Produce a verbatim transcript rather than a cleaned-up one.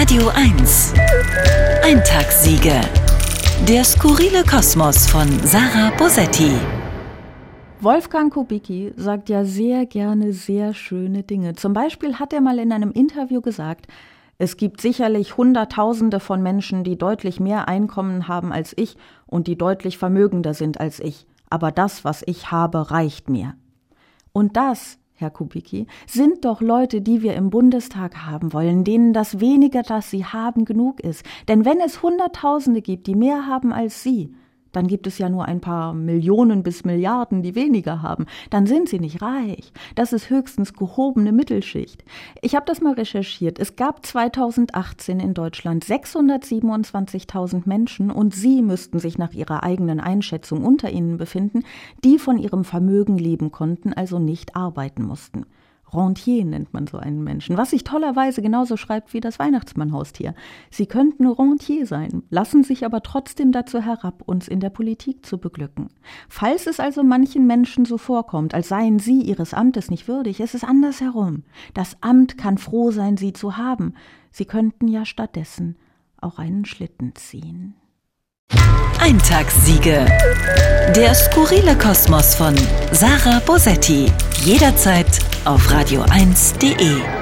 Radio eins. Eintagssiege. Der skurrile Kosmos von Sarah Bosetti. Wolfgang Kubicki sagt ja sehr gerne sehr schöne Dinge. Zum Beispiel hat er mal in einem Interview gesagt, es gibt sicherlich Hunderttausende von Menschen, die deutlich mehr Einkommen haben als ich und die deutlich vermögender sind als ich. Aber das, was ich habe, reicht mir. Und das, Herr Kubicki, sind doch Leute, die wir im Bundestag haben wollen, denen das Wenige, das sie haben, genug ist. Denn wenn es Hunderttausende gibt, die mehr haben als Sie, dann gibt es ja nur ein paar Millionen bis Milliarden, die weniger haben. Dann sind sie nicht reich. Das ist höchstens gehobene Mittelschicht. Ich habe das mal recherchiert. Es gab zweitausendachtzehn in Deutschland sechshundertsiebenundzwanzigtausend Menschen und Sie müssten sich nach Ihrer eigenen Einschätzung unter ihnen befinden, die von ihrem Vermögen leben konnten, also nicht arbeiten mussten. Rentier nennt man so einen Menschen, was sich tollerweise genauso schreibt wie das Weihnachtsmannhaustier. Sie könnten Rentier sein, lassen sich aber trotzdem dazu herab, uns in der Politik zu beglücken. Falls es also manchen Menschen so vorkommt, als seien sie ihres Amtes nicht würdig, ist es andersherum. Das Amt kann froh sein, sie zu haben. Sie könnten ja stattdessen auch einen Schlitten ziehen. Eintagssiege. Der skurrile Kosmos von Sarah Bosetti. Jederzeit auf radio eins punkt de.